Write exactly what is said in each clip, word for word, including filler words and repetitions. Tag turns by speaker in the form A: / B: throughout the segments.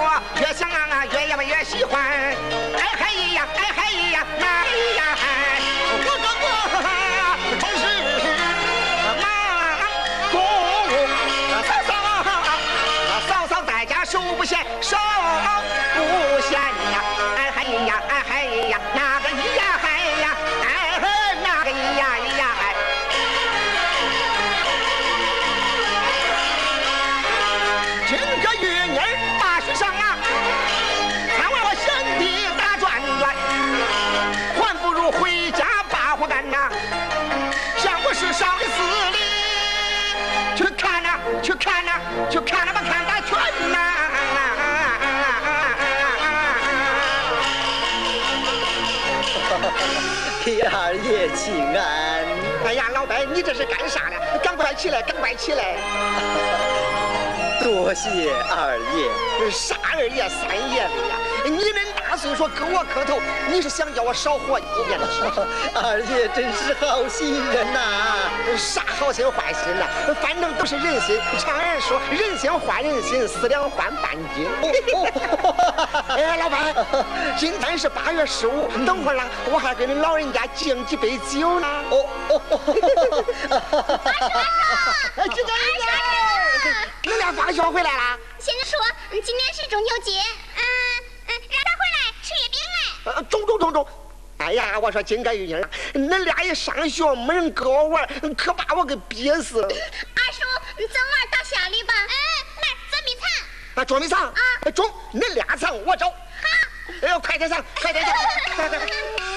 A: 我越想啊越呀越喜欢。哎嗨呀哎嗨呀那呀嗨，我哥哥真是忙工，嫂嫂嫂嫂在家手不闲手不闲呀。哎嗨呀哎嗨呀那个呀嗨呀哎嘿那个呀呀哎。今个月妮儿八十上啊，看完我贤弟打转转，还不如回家把活干呐。像我是少林寺里去看呐，去看呐，去看那么看打拳呐。
B: 给二爷请安。
A: 哎呀，老白，你这是干啥呢？赶快起来，赶快起来！
B: 多谢二爷。
A: 啥二爷三爷的呀？你恁大岁数跟我磕头，你是想叫我少活一年是不是？
B: 二爷真是好心人呐、啊！
A: 啥好心坏心呢？反正都是人心。常言说，人心换人心，四两换半斤。哎，老板，今天是八月十五，等会儿呢，我还给你老人家敬几杯酒呢。哦哦哦！哎，这个人，你俩放学回来了？
C: 先生说，嗯，今天是中秋节，嗯嗯，让他回来吃月饼来。
A: 呃，中中中中。哎呀，我说金盖玉英，恁俩一上学没人跟我玩，可把我给憋死了。
C: 二叔，你咱玩到下里吧。嗯，来捉迷藏。
A: 啊，捉迷藏啊，中，恁俩藏我找。好。哎呦，快点上，快点上，快点。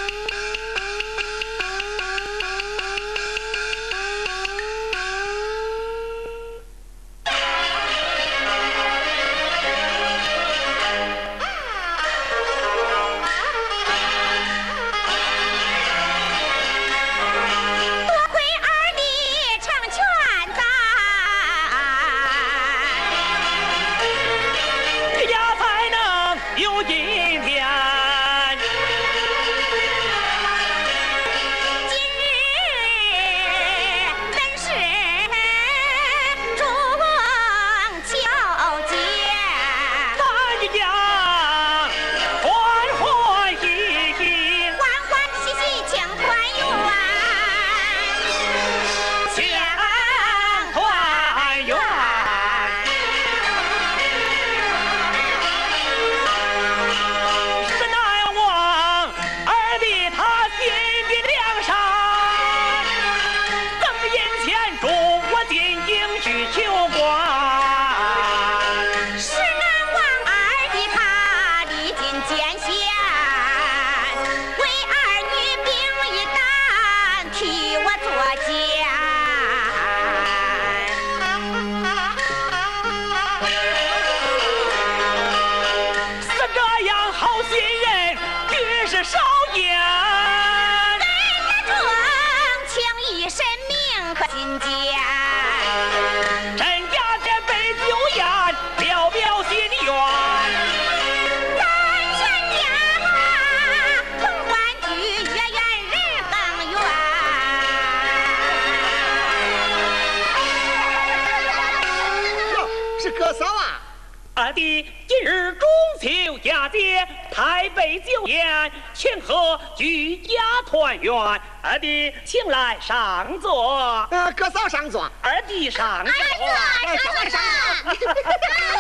D: 二弟，今日中秋佳节，台北酒宴，庆贺居家团圆。二弟，请来上座。
A: 呃，哥嫂上座，
D: 二弟上座。
C: 二嫂上座。二叔坐上。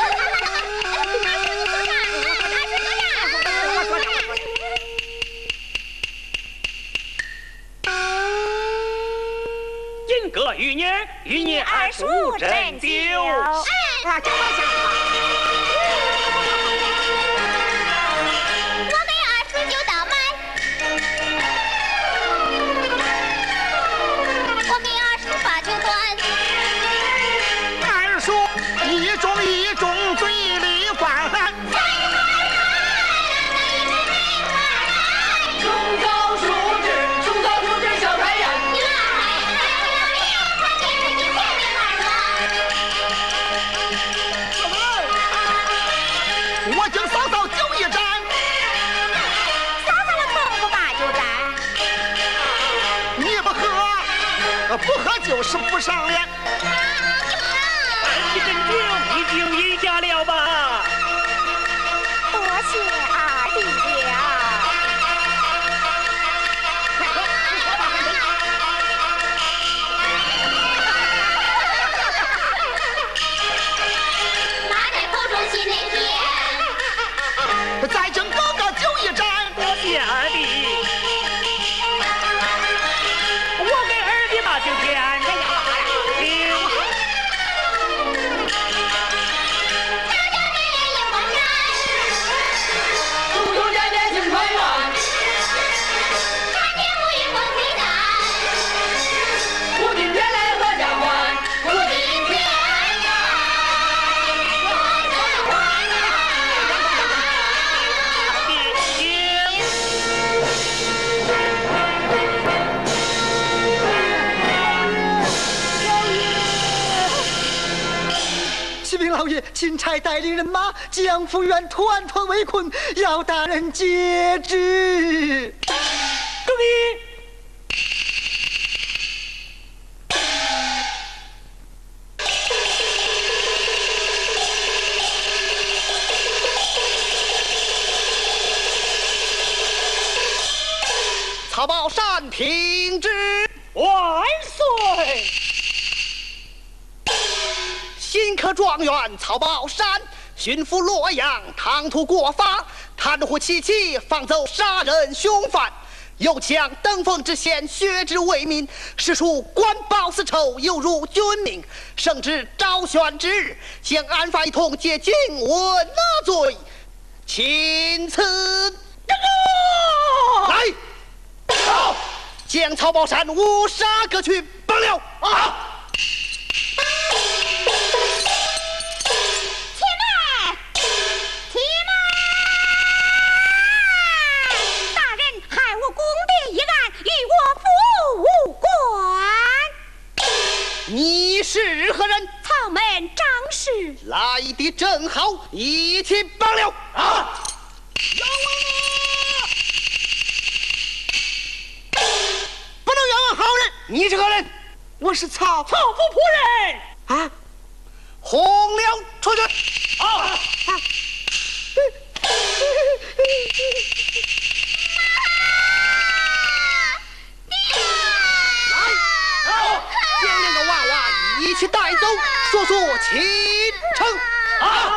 A: 我坐上。
D: 金哥与你，与你二叔斟酒。
A: 啊，这么想啊。不喝就是不上脸。
D: 二弟斟酒，已经饮下了吧？
A: 再敬哥哥酒一盏。
D: 多谢二弟，我给二弟把酒添。哎呀，
C: 祖宗年年庆团圆，茶间无语风吹淡，苦尽甜来合家欢，苦尽甜来合家欢呐。
B: 启禀老爷，钦差带领人马将府院团团围困，要大人节制。
D: 注意。
A: 曹宝山听旨，
D: 万岁！
A: 新科状元曹宝山巡抚洛阳，唐突国法，贪污欺欺，放走杀人凶犯，又将登封知县削职为民，实属官报私仇，有辱军命。圣旨昭宣之日，将案犯一同解禁问纳罪，钦此。来，走，将曹宝山误杀各去绑了啊！你是何人？
C: 草门张氏。
A: 来的正好，一起绑了啊！冤枉啊！不能冤枉好人。你是何人？
B: 我是曹
D: 曹府仆人
B: 啊，
A: 轰了出去！
D: 啊！啊
A: 将两个娃娃一起带走，速速启程啊！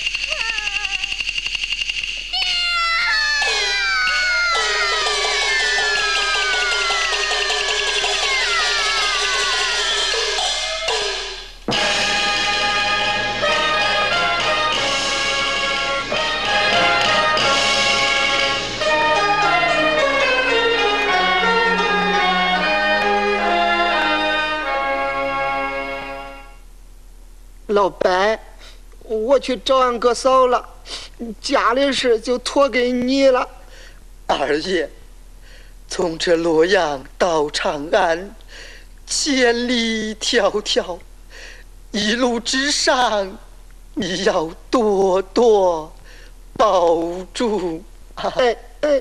B: 老白，我去找俺哥嫂了，家里事就托给你了。二爷，从这洛阳到长安，千里迢迢，一路之上，你要多多保重。哎哎。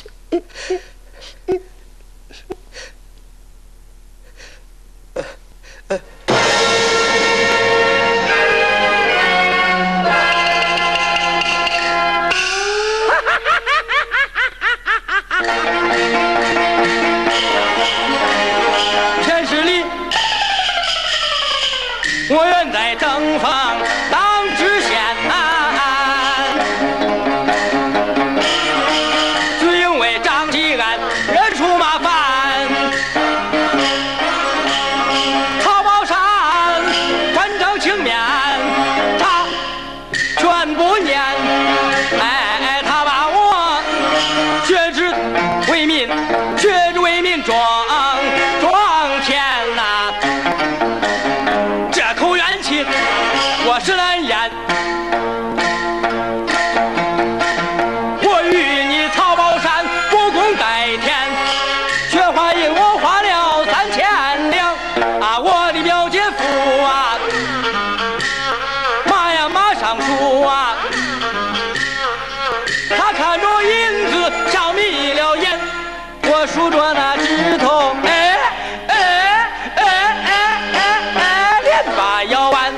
E: 陈世礼，我愿在正方当知县，只因为张继安人出麻烦，曹宝山官正情面，他全不念，哎，他把我削职为民，削职为民庄。我是难言，我与你曹宝山不共戴天，却花银我花了三千两啊！我的表姐夫啊，马呀马上书啊，他看着银子像迷了眼，我数着那指头，哎哎哎哎哎哎，连把腰弯。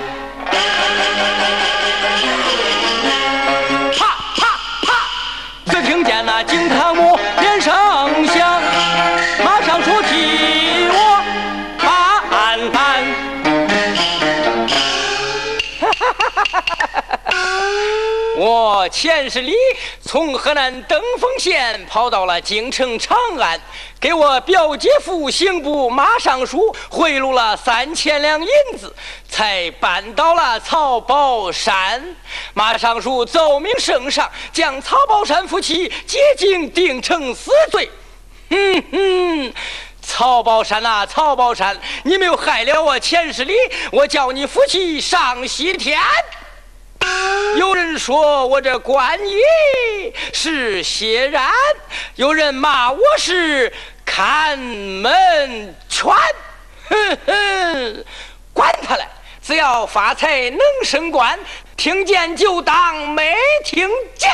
E: 啪啪啪！只听见那惊堂木连声响，马上出替我把案办。我我前十里从河南登封县跑到了京城长安，给我表姐夫刑部马尚书贿赂了三千两银子，才搬到了曹宝山。马尚书奏明圣上，将曹宝山夫妻解经定成死罪。哼哼，曹宝山呐、啊，曹宝山，你没有害了我前十里，我叫你夫妻上西天。有人说我这官衣是血染，有人骂我是看门犬。哼哼，管他嘞，只要发财能升官，听见就当没听见。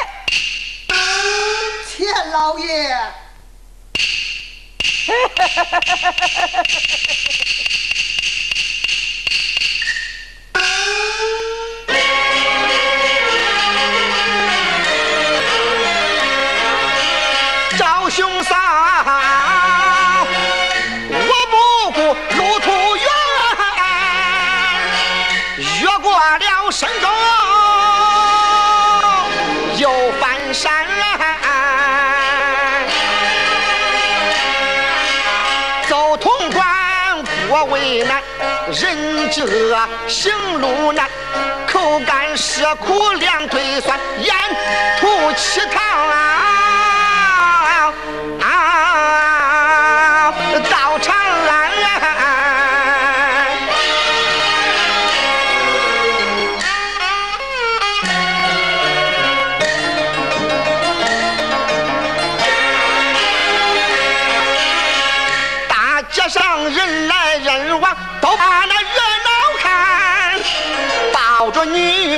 B: 钱老爷。赵兄嫂，我不顾路途远，越过了深沟又翻山，走通关颇为难，人这行路难，口干舌苦两腿酸，沿途乞讨啊啊，到长安，大街上人来人往，都把那热闹看，抱着女，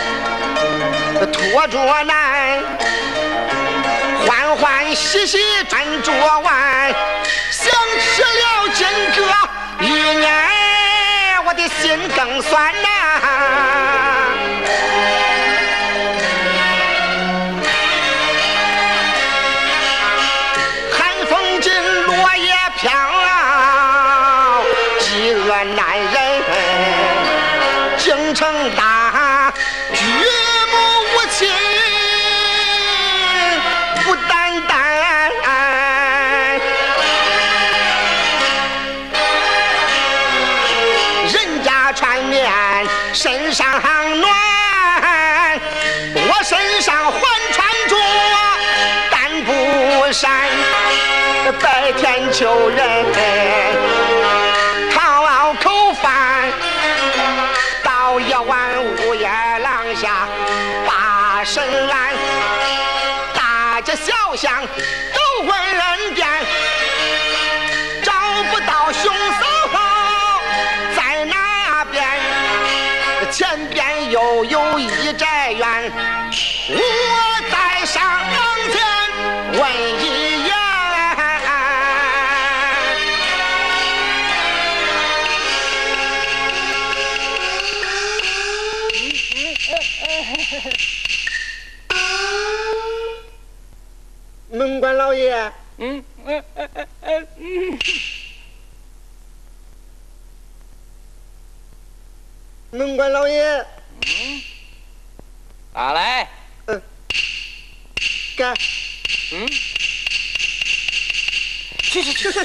B: 拖着男，欢欢喜喜转着弯，想起了今个一年，我的心更酸呐、啊。寒风劲，落叶飘，饥饿难忍，京城大，举目无亲。不单单人家穿棉身上暖，我身上还穿着单布衫，白天求人讨口饭，到夜晚午夜廊下把身安，这小巷都混人店，找不到凶手在哪边，前边又有一宅院，我再上前问一言。门官老爷，
E: 嗯嗯嗯嗯嗯，
B: 门官老爷，
E: 嗯，拿来，
B: 嗯，干，
E: 嗯，去去去，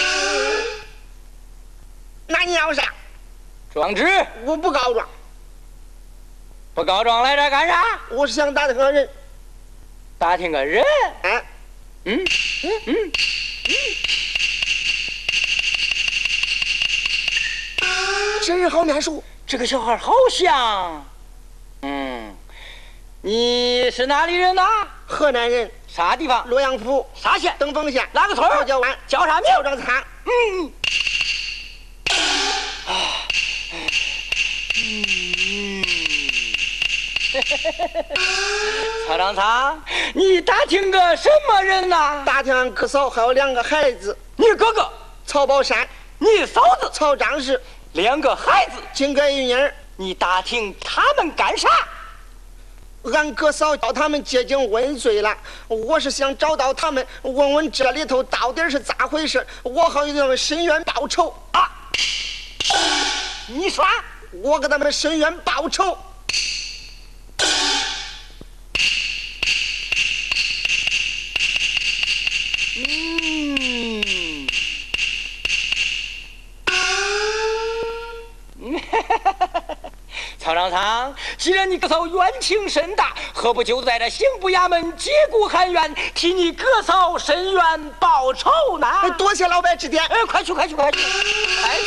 B: 那你要啥？
E: 状纸，
B: 我不告状，
E: 不告状来这干啥？
B: 我是想打听个人。
E: 打听个人？
B: 哎，
E: 嗯嗯嗯嗯，
B: 这人好面熟，
E: 这个小孩好像，嗯，你是哪里人呐？
B: 河南人，
E: 啥地方？
B: 洛阳府，
E: 啥县？
B: 登封县，
E: 哪个村？
B: 叫湾，
E: 叫啥名？
B: 叫张仓。
E: 嗯。啊。嗯。曹长仓，你打听个什么人呐？
B: 打听俺哥嫂还有两个孩子，
E: 你哥哥
B: 曹宝山，
E: 你嫂子
B: 曹张氏，
E: 两个孩子，
B: 金盖玉妮儿。
E: 你打听他们干啥？
B: 俺哥嫂叫他们接近问罪了，我是想找到他们，问问这里头到底是咋回事，我好给他们伸冤报仇啊！
E: 你说，
B: 我给他们伸冤报仇。
E: 嗯，曹长仓，既然你哥嫂冤情深大，何不就在这刑部衙门解雇汉冤，替你哥嫂伸冤报仇呢？
B: 多谢老伯指点。
E: 哎，快去，快去，快去！哎，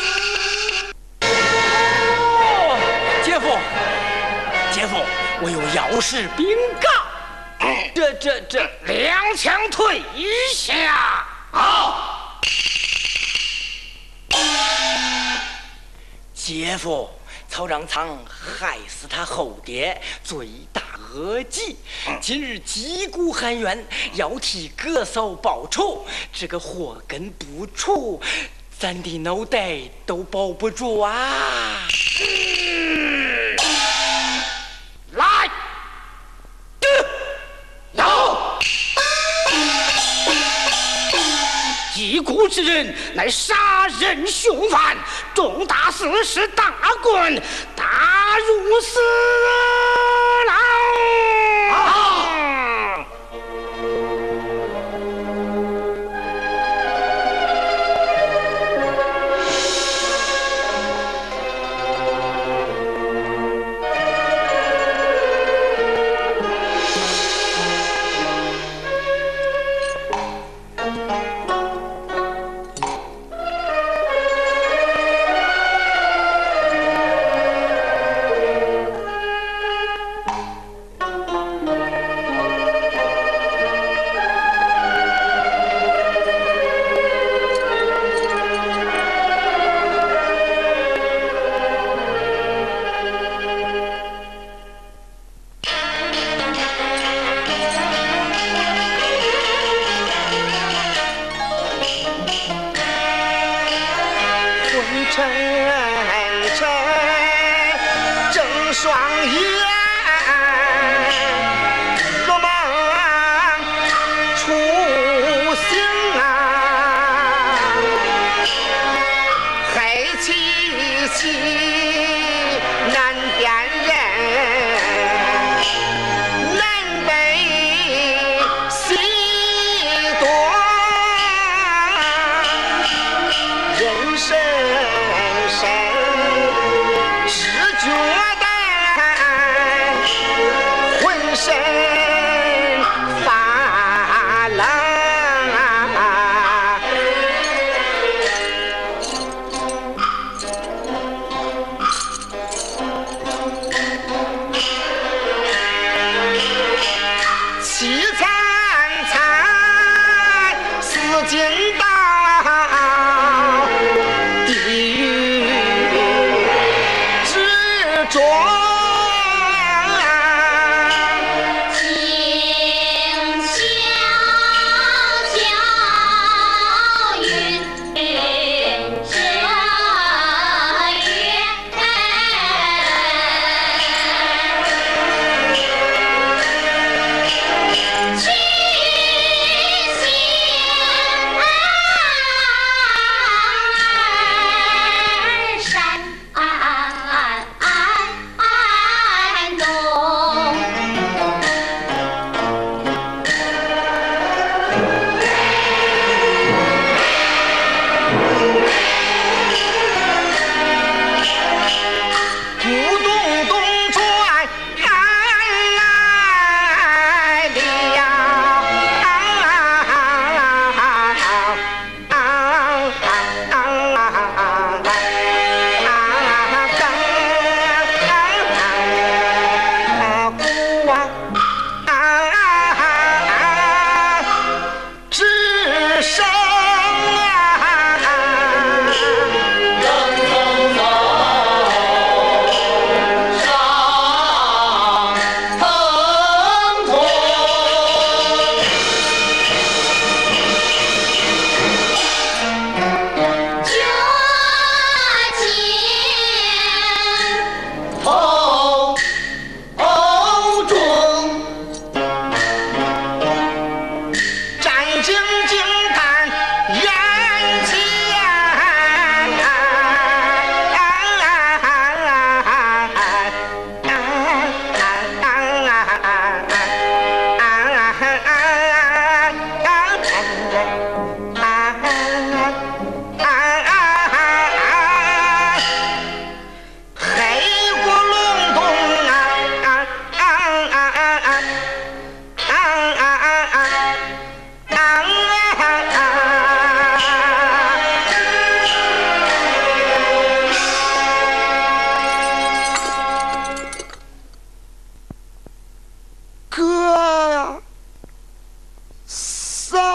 E: 哦，姐夫，姐夫，我有要事禀告。这这这，
A: 两枪退下。好。
E: 姐夫，曹长仓害死他后爹，罪大恶极。今日击鼓喊冤，要替哥嫂报仇，这个祸根不除，咱的脑袋都保不住啊！
A: 嗯、来，有。击鼓之人乃杀人凶犯，重大事是大棍打入死牢。好。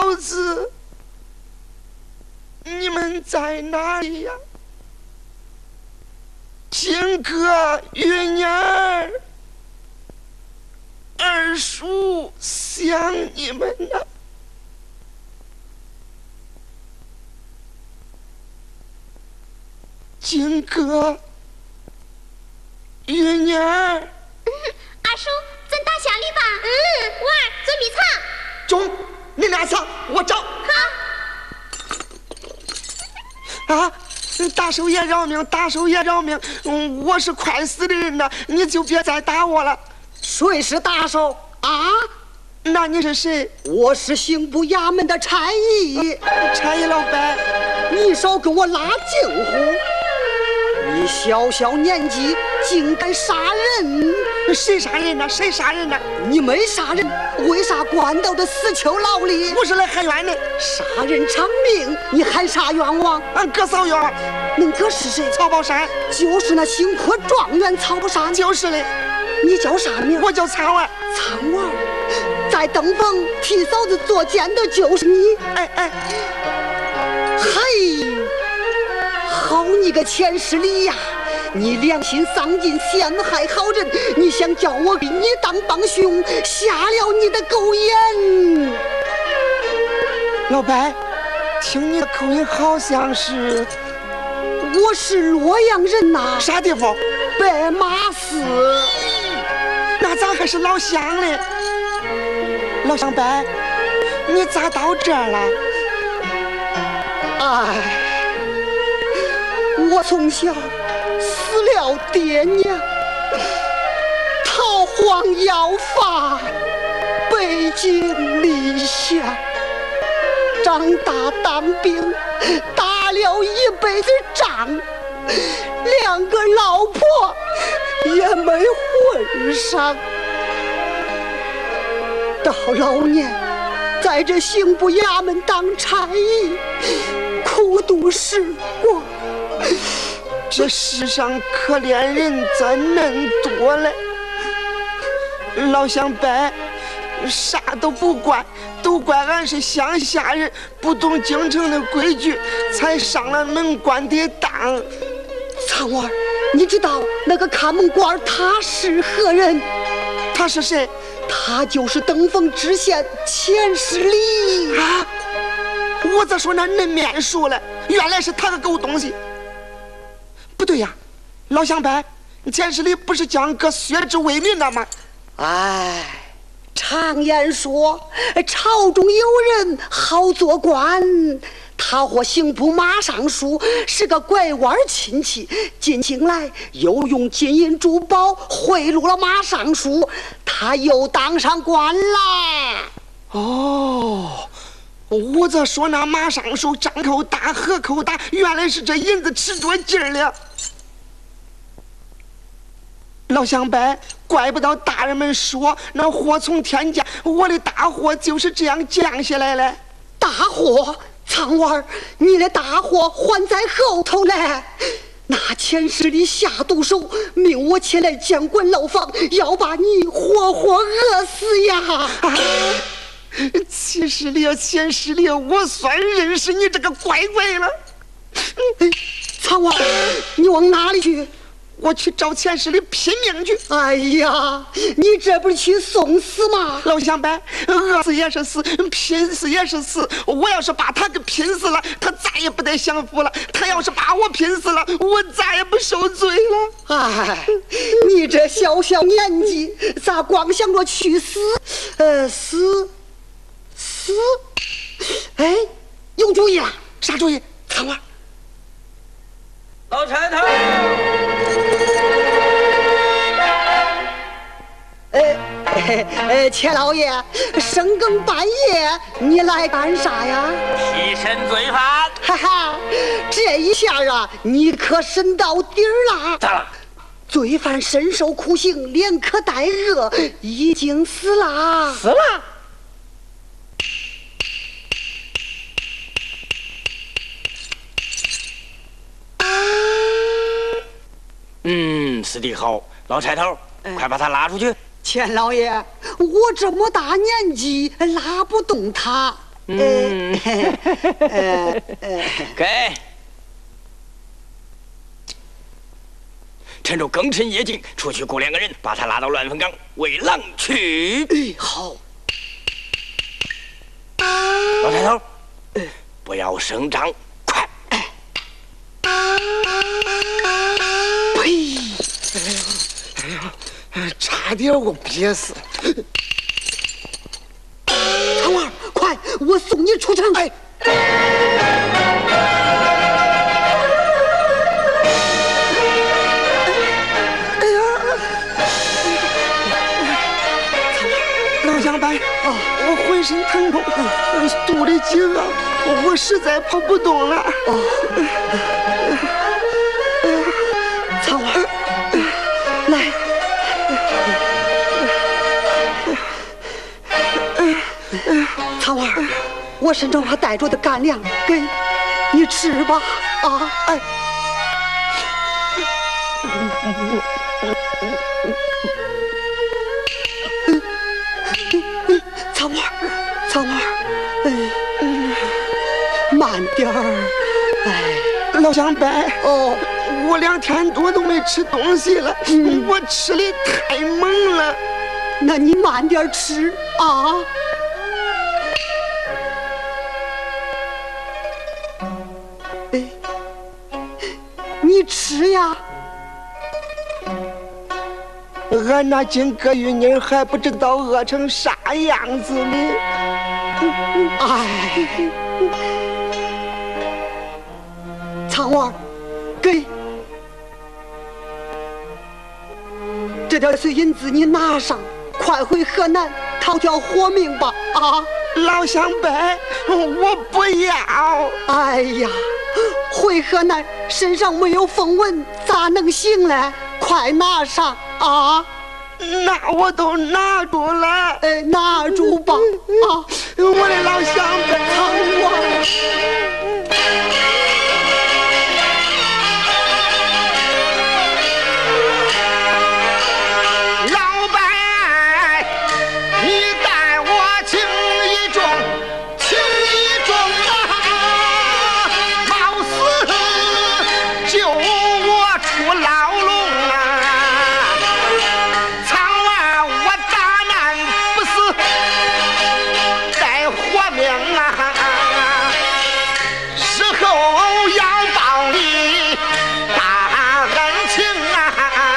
B: 小子，你们在哪里呀？金哥、玉娘儿、二叔想你们呢。金哥、玉娘儿，
C: 二叔，咱打下里吧。嗯，娃儿准备唱。
B: 中，你俩唱，我找。
C: 好。
B: 啊！大手爷饶命，大手爷饶命！嗯，我是快死的人呐，你就别再打我了。
F: 谁是大手啊？
B: 那你是谁？
F: 我是刑部衙门的差役。
B: 差役老板，
F: 你少跟我拉近乎！你小小年纪竟敢杀人！
B: 谁杀人呢？谁杀人呢？
F: 你没杀人，为啥关到这死囚牢里？
B: 我是来喊冤的。
F: 杀人偿命，你喊啥冤枉？
B: 俺哥嫂冤。
F: 恁哥是谁？
B: 曹宝山。
F: 就是那刑科状元曹宝山。
B: 就是嘞。
F: 你叫啥名？
B: 我叫苍娃。
F: 苍娃，在登封替嫂子做监的就是你。
B: 哎哎，
F: 嘿，好你个钱世礼呀！你良心丧尽，陷害好人，你想叫我给你当帮凶，瞎了你的狗眼！
B: 老白，听你的口音好像是……
F: 我是洛阳人呐。
B: 啥地方？
F: 白马寺。
B: 那咋还是老乡嘞？老乡白，你咋到这儿了？
F: 哎，我从小死了爹娘，逃荒要发，北京离乡，长大当兵，打了一辈子仗，两个老婆也没混上，到老年在这刑部衙门当差役，苦读时光。
B: 这世上可怜人怎能多嘞？老乡伯，啥都不怪，都怪俺是乡下人，不懂京城的规矩，才上了门官的当。
F: 苍娃，你知道那个看门官他是何人？
B: 他是谁？
F: 他就是登封知县钱世礼
B: 啊！我咋说那人面熟了？原来是他个狗东西。不对呀，老乡伯，钱世礼不是将哥削职为民的吗？
F: 哎，常言说，朝中有人好做官。他和刑部马尚书是个拐弯亲戚，进京来又用金银珠宝贿赂了马尚书，他又当上官啦。
B: 哦，我咋说那马尚书张口大合口大，原来是这银子吃着劲儿了。老乡伯，怪不到大人们说那祸从天降，我的大祸就是这样降下来了。
F: 大祸？苍娃儿，你的大祸还在后头呢。那钱世礼下毒手，命我前来监管牢房，要把你活活饿死呀！
B: 啊，钱世礼，钱世礼，我算认识你这个乖乖了。
F: 哎，苍娃儿，你往哪里去？
B: 我去找钱世礼拼命去。
F: 哎呀，你这不是去送死吗？
B: 老乡伯，饿死也是死，拼死也是死。我要是把他给拼死了，他再也不得享福了；他要是把我拼死了，我再也不受罪了。
F: 哎，你这小小年纪，咋光想着去死？呃，死死？哎，有主意了！
B: 啥主意？
F: 看我。
E: 老柴头。
F: 呃，呃，钱老爷，深更半夜你来干啥呀？
E: 提审罪犯。
F: 哈哈，这一下啊，你可审到底儿了。
E: 咋了？
F: 罪犯身受酷刑，连可带饿，已经死了。
E: 死了？嗯，死得好。老柴头，
F: 哎
E: 快把他拉出去。
F: 钱老爷，我这么大年纪拉不动他。
E: 嗯，
F: 呃呃，
E: 给。趁着更深夜静，出去雇两个人，把他拉到乱坟岗为狼去。
F: 哎，好。
E: 老太头，不要声张，快！
B: 呸！哎呀，哎呀，差点我憋死。
F: 长娃，快，我送你出城。哎。
B: 老乡伯，啊，我浑身疼痛，肚里饥饿，我实在跑不动了。哦，
F: 苍娃，来，苍娃，我身上还带着的干粮，给你吃吧。啊，哎。苍娃，苍娃，哎，嗯，慢点儿，哎，
B: 老乡伯，
F: 哦，
B: 我两天多都没吃东西了，嗯、我吃的太猛了。
F: 那你慢点吃啊。哎，你吃呀。
B: 俺那金哥玉妮还不知道饿成啥样子呢。
F: 哎，苍娃，给这点碎银子你拿上，快回河南讨条活命吧！啊，
B: 老乡伯，我不要。
F: 哎呀，回河南身上没有风纹，咋能行嘞？快拿上啊！
B: 那我都拿住了。
F: 哎，拿住吧！啊，
B: 我的老乡伯，
F: 苍娃。
A: 老伯，你待我情意重，情意重啊！冒死救我出牢笼啊！苍娃，我大难不死，待活命啊！事后要报你大恩情啊！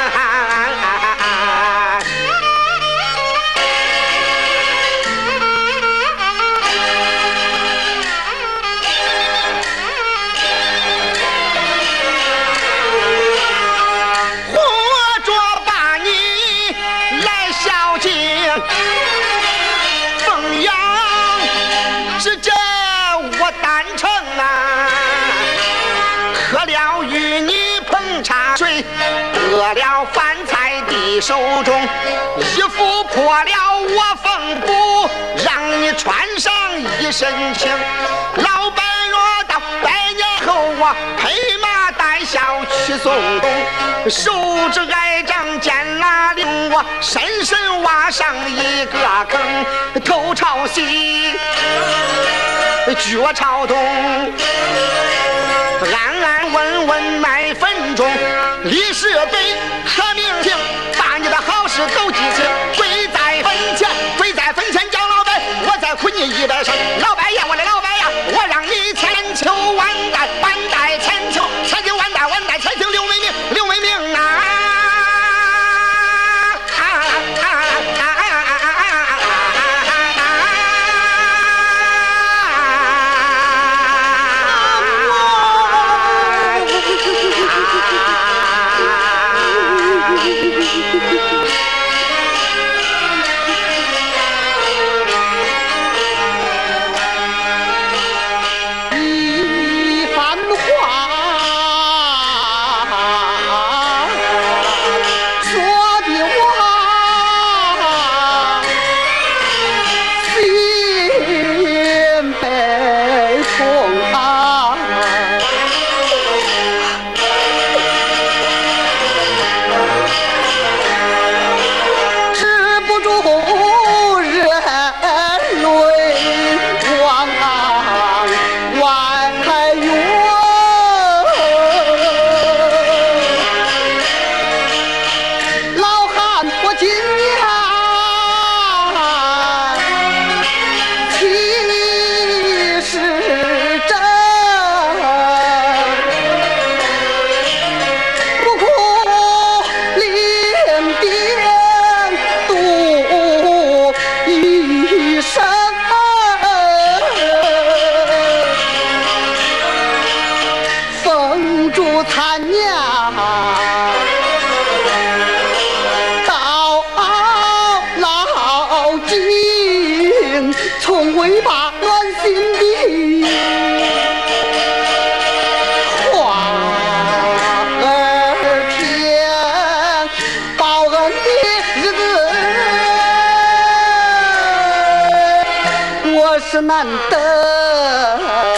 A: 活着把你来孝敬，凤阳之间我单程啊，喝了与你捧茶水，得了饭菜递手中，衣服破了我缝补，让你穿上一身轻。老板若到百年后，我配马带孝去送东，手指挨掌见拉令，我深深挖上一个坑，头朝西，脚朝东，安安稳稳埋坟中，立是碑刻名姓，把你的好事都记清，跪在坟前，跪在坟前叫老板，我再哭你一百声，老板呀，我的老板呀，我让你千秋万代，万代千秋，千秋万代，万代千秋，留为名，留为名啊！
F: 从尾巴暖心的花儿甜，报恩的日子我是难得。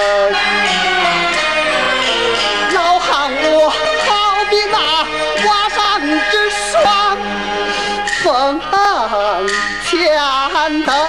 F: 老汉我好比那瓦上之霜，风前灯。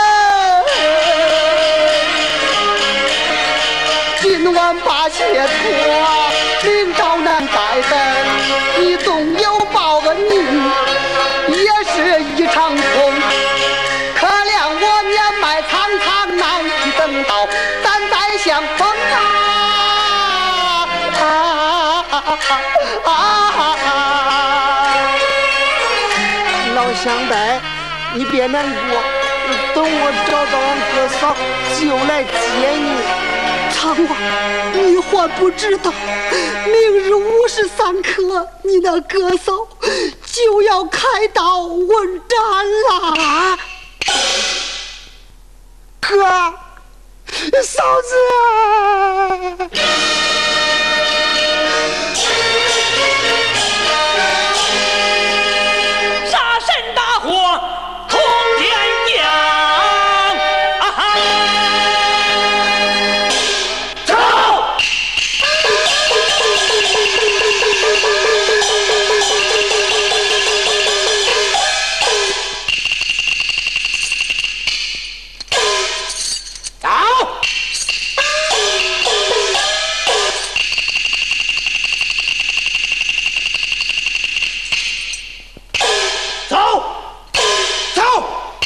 F: 今晚把鞋脱，明朝难拜登。你纵有报恩你，也是一场空。可怜我年迈苍苍，难以等到咱再相逢啊！啊啊啊！
B: 老乡呆，你别难过，等我找到俺哥嫂就来接你。
F: 长娃，你还不知道，明日午时三刻，你那哥嫂就要开刀问斩啦！
B: 哥，嫂子。
D: 杀神大火通天降，啊哈！走！走！走！走！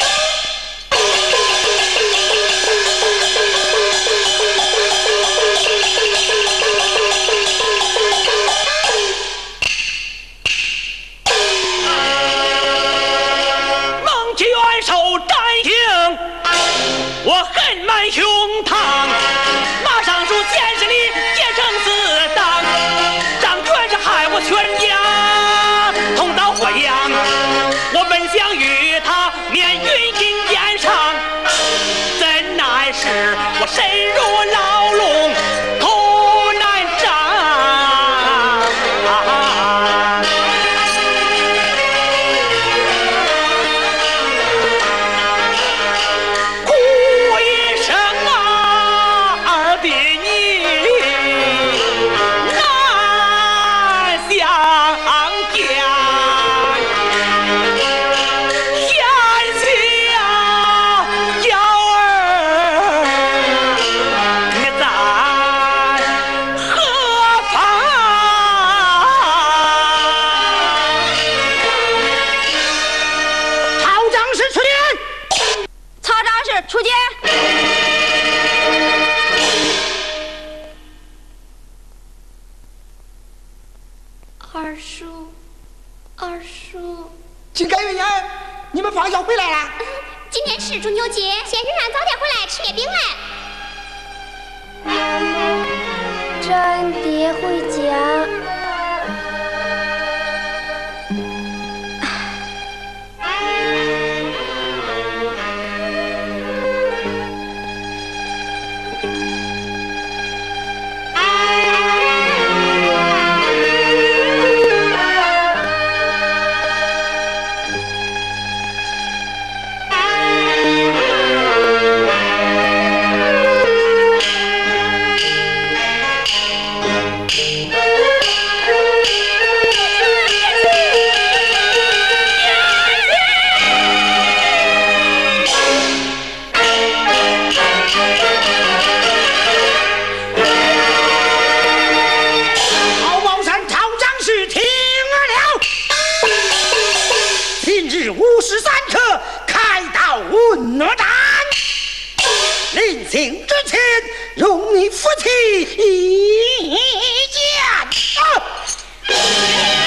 D: 蒙起元首斩刑，我恨满胸膛，马上书现实里结成死党，张全是害我全家同到火阳，我本想与他面云金剑上，怎奈是我深入牢笼苦难长。啊哭一声啊，二弟你难相见，贤妻啊，娇儿你在何方？
A: 曹长史出殿。
C: 曹长史出见。二叔，二叔，
A: 金盖月娘儿，你们放学回来了？
C: 今天是中秋节，先生让早点回来吃月饼来。这俺爹回家。
A: 曹宝山曹长史听了，今日午时三刻开刀问哪吒，临行之前容你夫妻一见。啊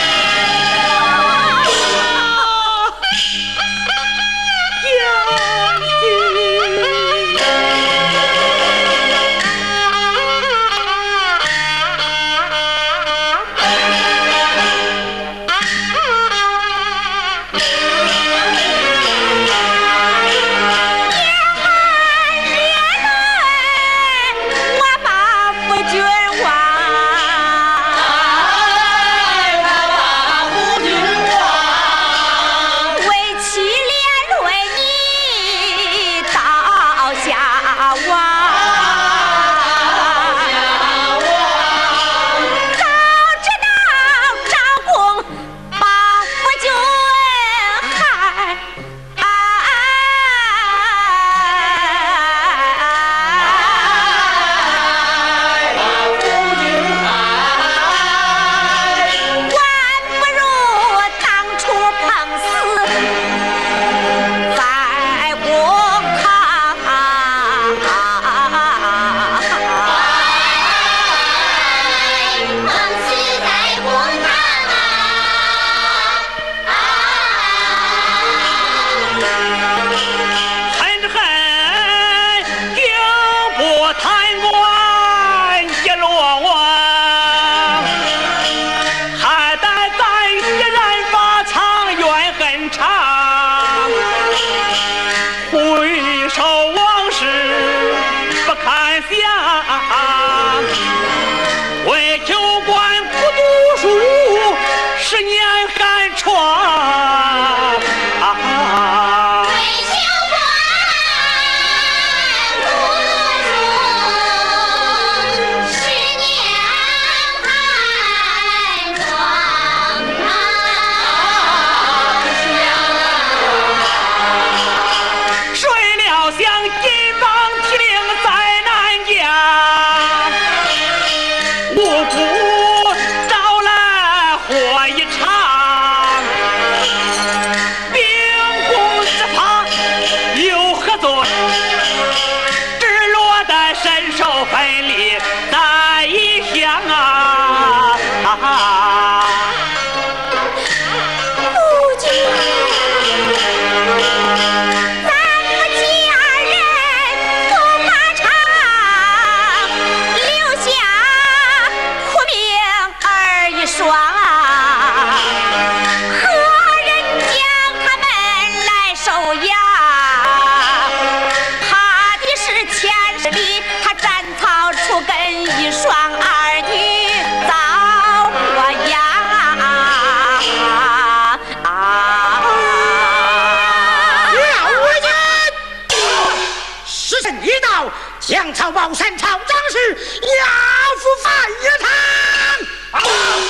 A: 将草报山草张氏押赴范岳堂。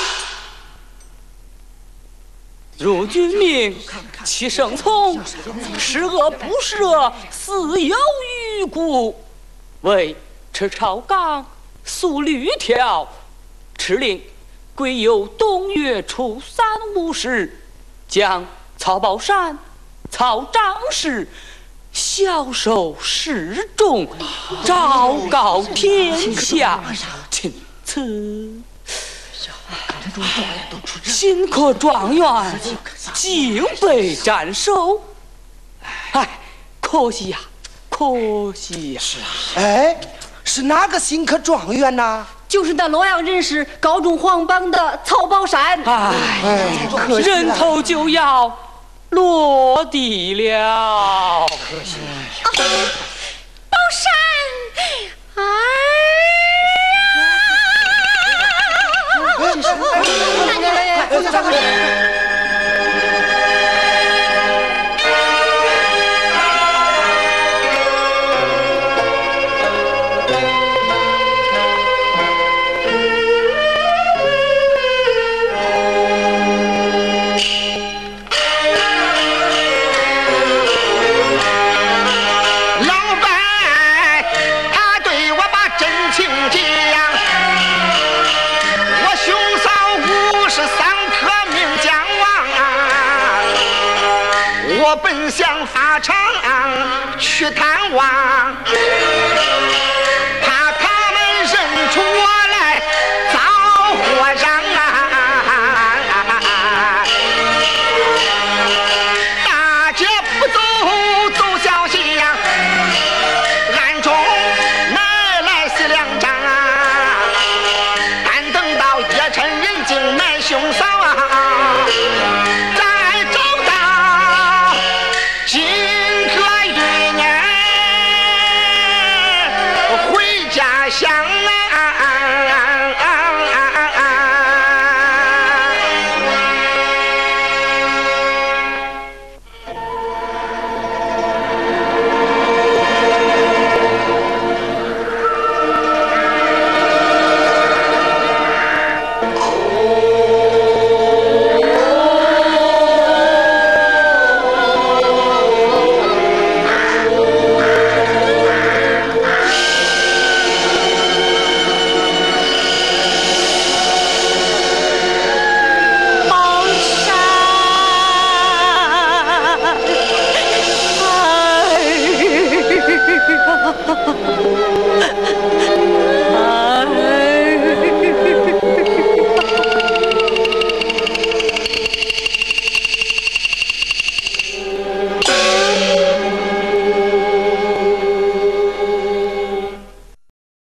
E: 如君命，其生从，十恶不赦，死有余辜。为持朝纲，肃律条，敕令归有东岳初三五时，将曹宝山、曹张氏枭首示众，昭告天下。钦此新科状元竟被斩首，哎，可惜呀，可惜呀！
A: 是啊，哎，是哪个新科状元呐？
G: 就是那洛阳人士高中皇榜的曹宝山。
E: 哎，人头就要落地了。
A: 可惜
G: 啊，宝山，儿啊！
B: 我本想发长去探望，怕他们认出我来遭祸上啊！大姐不走走小溪呀，暗中买来四两账，但等到夜深人静买兄嫂啊，今个余年回家乡。